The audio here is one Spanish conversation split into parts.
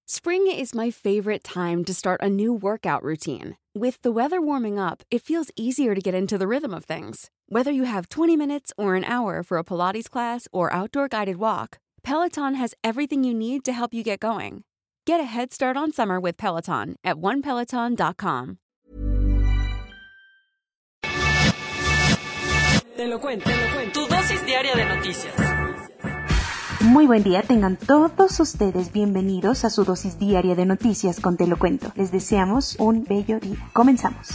Spring is my favorite time to start a new workout routine. With the weather warming up, it feels easier to get into the rhythm of things. Whether you have 20 minutes or an hour for a Pilates class or outdoor guided walk, Peloton has everything you need to help you get going. Get a head start on summer with Peloton at onepeloton.com. Te lo cuento. Tu dosis diaria de noticias. Muy buen día, tengan todos ustedes bienvenidos a su dosis diaria de noticias con Te lo cuento. Les deseamos un bello día. Comenzamos.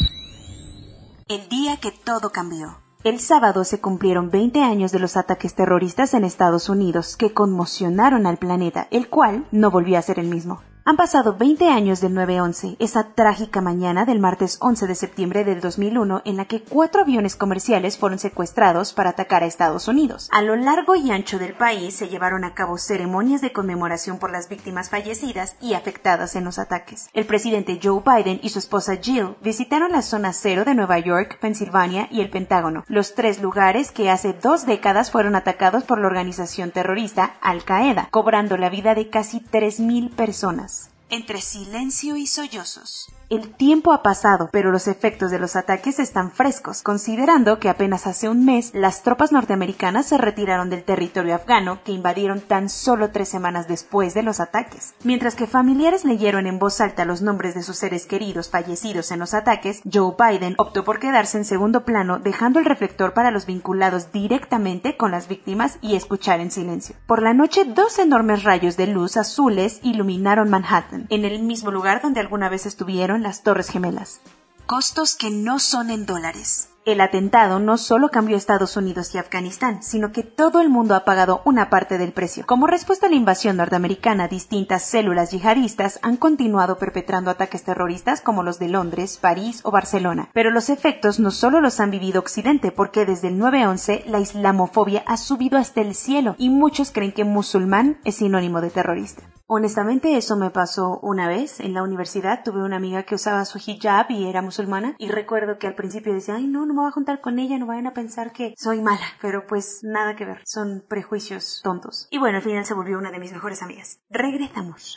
El día que todo cambió. El sábado se cumplieron 20 años de los ataques terroristas en Estados Unidos que conmocionaron al planeta, el cual no volvió a ser el mismo. Han pasado 20 años del 9/11, esa trágica mañana del martes 11 de septiembre del 2001 en la que 4 aviones comerciales fueron secuestrados para atacar a Estados Unidos. A lo largo y ancho del país se llevaron a cabo ceremonias de conmemoración por las víctimas fallecidas y afectadas en los ataques. El presidente Joe Biden y su esposa Jill visitaron la zona cero de Nueva York, Pensilvania y el Pentágono, los 3 lugares que hace 2 décadas fueron atacados por la organización terrorista Al-Qaeda, cobrando la vida de casi 3,000 personas. Entre silencio y sollozos. El tiempo ha pasado, pero los efectos de los ataques están frescos, considerando que apenas hace un mes las tropas norteamericanas se retiraron del territorio afgano que invadieron tan solo 3 semanas después de los ataques. Mientras que familiares leyeron en voz alta los nombres de sus seres queridos fallecidos en los ataques, Joe Biden optó por quedarse en segundo plano, dejando el reflector para los vinculados directamente con las víctimas y escuchar en silencio. Por la noche, 2 enormes rayos de luz azules iluminaron Manhattan, en el mismo lugar donde alguna vez estuvieron las Torres Gemelas. Costos que no son en dólares. El atentado no solo cambió Estados Unidos y Afganistán, sino que todo el mundo ha pagado una parte del precio. Como respuesta a la invasión norteamericana, distintas células yihadistas han continuado perpetrando ataques terroristas como los de Londres, París o Barcelona. Pero los efectos no solo los han vivido Occidente, porque desde el 9/11 la islamofobia ha subido hasta el cielo y muchos creen que musulmán es sinónimo de terrorista. Honestamente, eso me pasó una vez. En la universidad tuve una amiga que usaba su hijab y era musulmana, y recuerdo que al principio decía, ay no me voy a juntar con ella, no vayan a pensar que soy mala, pero pues nada que ver, son prejuicios tontos. Y bueno, al final se volvió una de mis mejores amigas. Regresamos.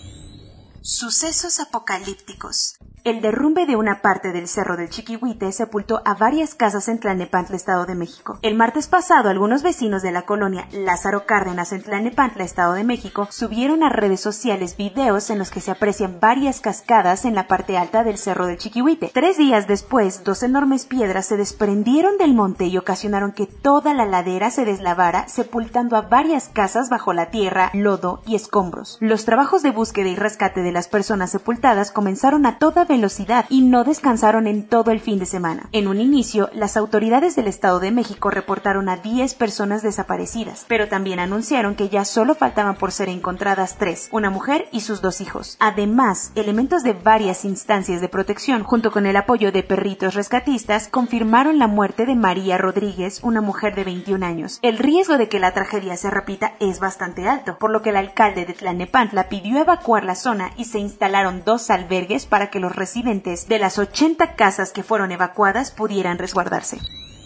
Sucesos apocalípticos. El derrumbe de una parte del Cerro del Chiquihuite sepultó a varias casas en Tlalnepantla, Estado de México. El martes pasado, algunos vecinos de la colonia Lázaro Cárdenas en Tlalnepantla, Estado de México, subieron a redes sociales videos en los que se aprecian varias cascadas en la parte alta del Cerro del Chiquihuite. 3 días después, 2 enormes piedras se desprendieron del monte y ocasionaron que toda la ladera se deslavara, sepultando a varias casas bajo la tierra, lodo y escombros. Los trabajos de búsqueda y rescate de las personas sepultadas comenzaron a toda velocidad y no descansaron en todo el fin de semana. En un inicio, las autoridades del Estado de México reportaron a 10 personas desaparecidas, pero también anunciaron que ya solo faltaban por ser encontradas 3, una mujer y sus 2 hijos. Además, elementos de varias instancias de protección, junto con el apoyo de perritos rescatistas, confirmaron la muerte de María Rodríguez, una mujer de 21 años. El riesgo de que la tragedia se repita es bastante alto, por lo que el alcalde de Tlalnepantla pidió evacuar la zona y se instalaron 2 albergues para que los residentes de las 80 casas que fueron evacuadas pudieran resguardarse.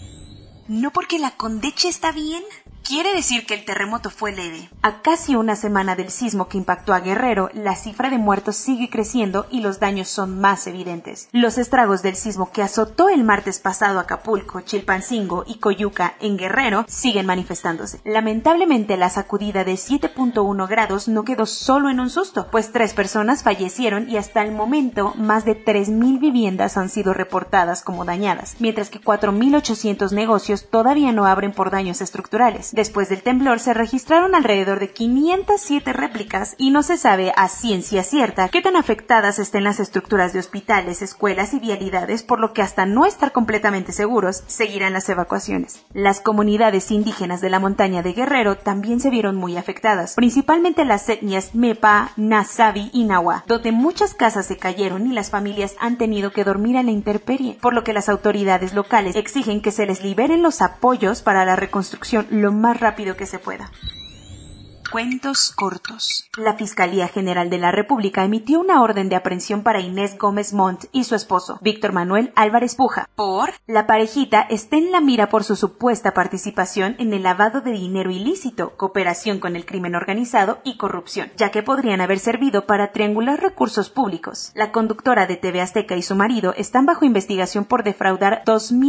¿No porque la Condeche está bien? Quiere decir que el terremoto fue leve. A casi una semana del sismo que impactó a Guerrero, la cifra de muertos sigue creciendo y los daños son más evidentes. Los estragos del sismo que azotó el martes pasado Acapulco, Chilpancingo y Coyuca en Guerrero siguen manifestándose. Lamentablemente, la sacudida de 7.1 grados no quedó solo en un susto, pues 3 personas fallecieron y hasta el momento más de 3,000 viviendas han sido reportadas como dañadas, mientras que 4,800 negocios todavía no abren por daños estructurales. Después del temblor se registraron alrededor de 507 réplicas y no se sabe a ciencia cierta qué tan afectadas estén las estructuras de hospitales, escuelas y vialidades, por lo que hasta no estar completamente seguros, seguirán las evacuaciones. Las comunidades indígenas de la montaña de Guerrero también se vieron muy afectadas, principalmente las etnias Mepa, Nasabi y Nahua, donde muchas casas se cayeron y las familias han tenido que dormir a la intemperie, por lo que las autoridades locales exigen que se les liberen los apoyos para la reconstrucción lo más rápido que se pueda. Cuentos cortos. La Fiscalía General de la República emitió una orden de aprehensión para Inés Gómez Montt y su esposo, Víctor Manuel Álvarez Puja. ¿Por? La parejita está en la mira por su supuesta participación en el lavado de dinero ilícito, cooperación con el crimen organizado y corrupción, ya que podrían haber servido para triangular recursos públicos. La conductora de TV Azteca y su marido están bajo investigación por defraudar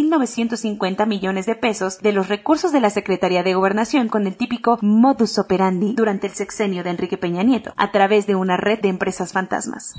2.950 millones de pesos de los recursos de la Secretaría de Gobernación con el típico modus operandi durante el sexenio de Enrique Peña Nieto, a través de una red de empresas fantasmas.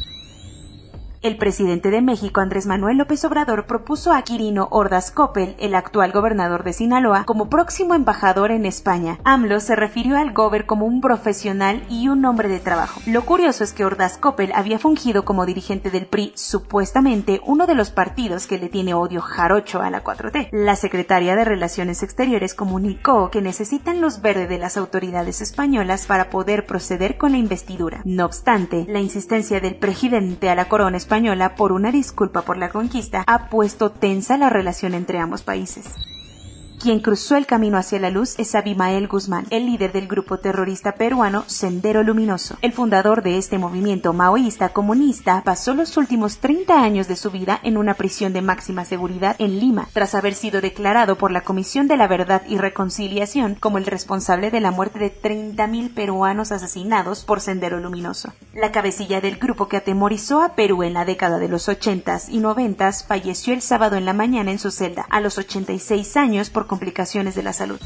El presidente de México, Andrés Manuel López Obrador, propuso a Quirino Ordaz Coppel, el actual gobernador de Sinaloa, como próximo embajador en España. AMLO se refirió al gober como un profesional y un hombre de trabajo. Lo curioso es que Ordaz Coppel había fungido como dirigente del PRI, supuestamente uno de los partidos que le tiene odio jarocho a la 4T. La secretaria de Relaciones Exteriores comunicó que necesitan luz verde de las autoridades españolas para poder proceder con la investidura. No obstante, la insistencia del presidente a la corona española por una disculpa por la conquista ha puesto tensa la relación entre ambos países. Quien cruzó el camino hacia la luz es Abimael Guzmán, el líder del grupo terrorista peruano Sendero Luminoso. El fundador de este movimiento maoísta comunista pasó los últimos 30 años de su vida en una prisión de máxima seguridad en Lima, tras haber sido declarado por la Comisión de la Verdad y Reconciliación como el responsable de la muerte de 30.000 peruanos asesinados por Sendero Luminoso. La cabecilla del grupo que atemorizó a Perú en la década de los 80s y 90s falleció el sábado en la mañana en su celda, a los 86 años por complicaciones de la salud.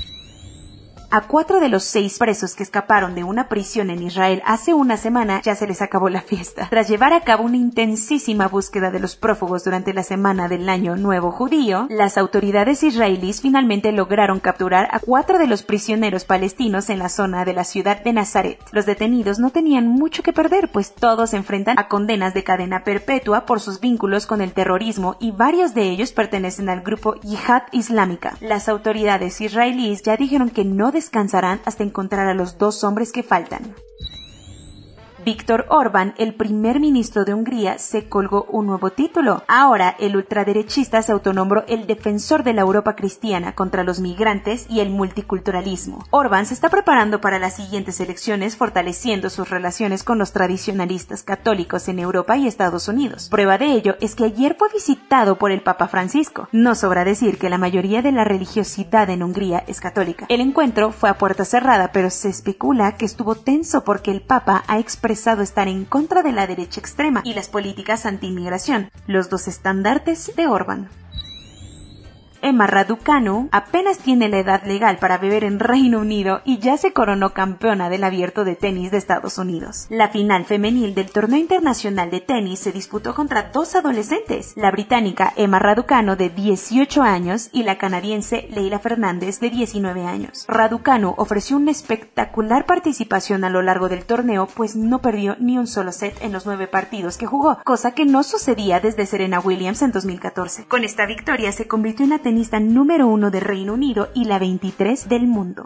A 4 de los 6 presos que escaparon de una prisión en Israel hace una semana ya se les acabó la fiesta. Tras llevar a cabo una intensísima búsqueda de los prófugos durante la semana del Año Nuevo Judío, las autoridades israelíes finalmente lograron capturar a 4 de los prisioneros palestinos en la zona de la ciudad de Nazaret. Los detenidos no tenían mucho que perder, pues todos se enfrentan a condenas de cadena perpetua por sus vínculos con el terrorismo y varios de ellos pertenecen al grupo Yihad Islámica. Las autoridades israelíes ya dijeron que no descansarán hasta encontrar a los 2 hombres que faltan. Viktor Orbán, el primer ministro de Hungría, se colgó un nuevo título. Ahora, el ultraderechista se autonombró el defensor de la Europa cristiana contra los migrantes y el multiculturalismo. Orbán se está preparando para las siguientes elecciones, fortaleciendo sus relaciones con los tradicionalistas católicos en Europa y Estados Unidos. Prueba de ello es que ayer fue visitado por el Papa Francisco. No sobra decir que la mayoría de la religiosidad en Hungría es católica. El encuentro fue a puerta cerrada, pero se especula que estuvo tenso porque el Papa ha expresado estar en contra de la derecha extrema y las políticas anti-inmigración, los 2 estandartes de Orbán. Emma Raducanu apenas tiene la edad legal para beber en Reino Unido y ya se coronó campeona del Abierto de Tenis de Estados Unidos. La final femenil del torneo internacional de tenis se disputó contra 2 adolescentes, la británica Emma Raducanu de 18 años y la canadiense Leila Fernández de 19 años. Raducanu ofreció una espectacular participación a lo largo del torneo, pues no perdió ni un solo set en los 9 partidos que jugó, cosa que no sucedía desde Serena Williams en 2014. Con esta victoria se convirtió en la tenista número 1 de Reino Unido y la 23 del mundo.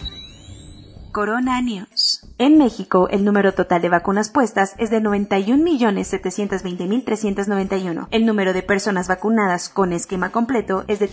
Corona News. En México, el número total de vacunas puestas es de 91.720.391. El número de personas vacunadas con esquema completo es de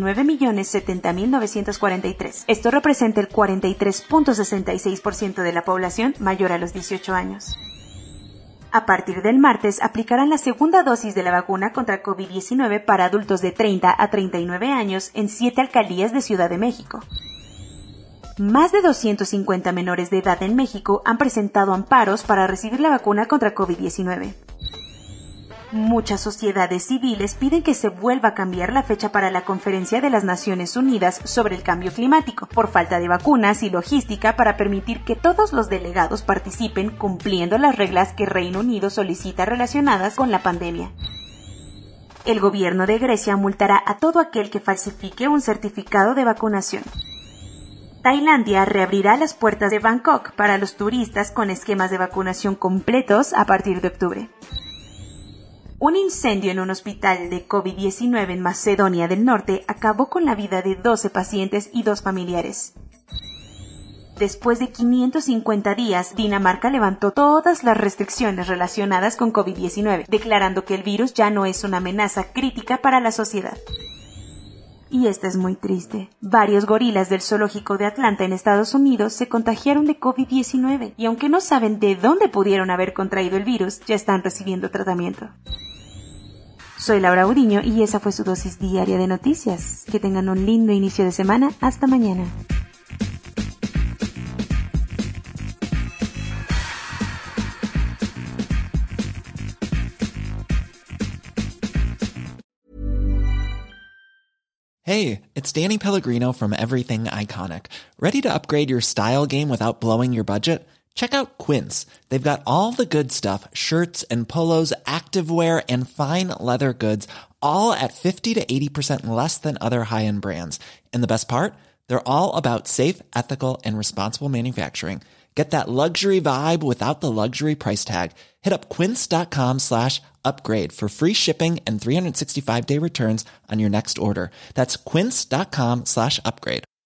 39.070.943. Esto representa el 43.66% de la población mayor a los 18 años. A partir del martes aplicarán la segunda dosis de la vacuna contra COVID-19 para adultos de 30 a 39 años en 7 alcaldías de Ciudad de México. Más de 250 menores de edad en México han presentado amparos para recibir la vacuna contra COVID-19. Muchas sociedades civiles piden que se vuelva a cambiar la fecha para la Conferencia de las Naciones Unidas sobre el Cambio Climático, por falta de vacunas y logística para permitir que todos los delegados participen cumpliendo las reglas que Reino Unido solicita relacionadas con la pandemia. El gobierno de Grecia multará a todo aquel que falsifique un certificado de vacunación. Tailandia reabrirá las puertas de Bangkok para los turistas con esquemas de vacunación completos a partir de octubre. Un incendio en un hospital de COVID-19 en Macedonia del Norte acabó con la vida de 12 pacientes y 2 familiares. Después de 550 días, Dinamarca levantó todas las restricciones relacionadas con COVID-19, declarando que el virus ya no es una amenaza crítica para la sociedad. Y esta es muy triste. Varios gorilas del zoológico de Atlanta en Estados Unidos se contagiaron de COVID-19 y aunque no saben de dónde pudieron haber contraído el virus, ya están recibiendo tratamiento. Soy Laura Uriño y esa fue su dosis diaria de noticias. Que tengan un lindo inicio de semana. Hasta mañana. Hey, it's Danny Pellegrino from Everything Iconic. Ready to upgrade your style game without blowing your budget? Check out Quince. They've got all the good stuff, shirts and polos, activewear, and fine leather goods, all at 50 to 80% less than other high-end brands. And the best part? They're all about safe, ethical, and responsible manufacturing. Get that luxury vibe without the luxury price tag. Hit up quince.com/upgrade for free shipping and 365-day returns on your next order. That's quince.com/upgrade.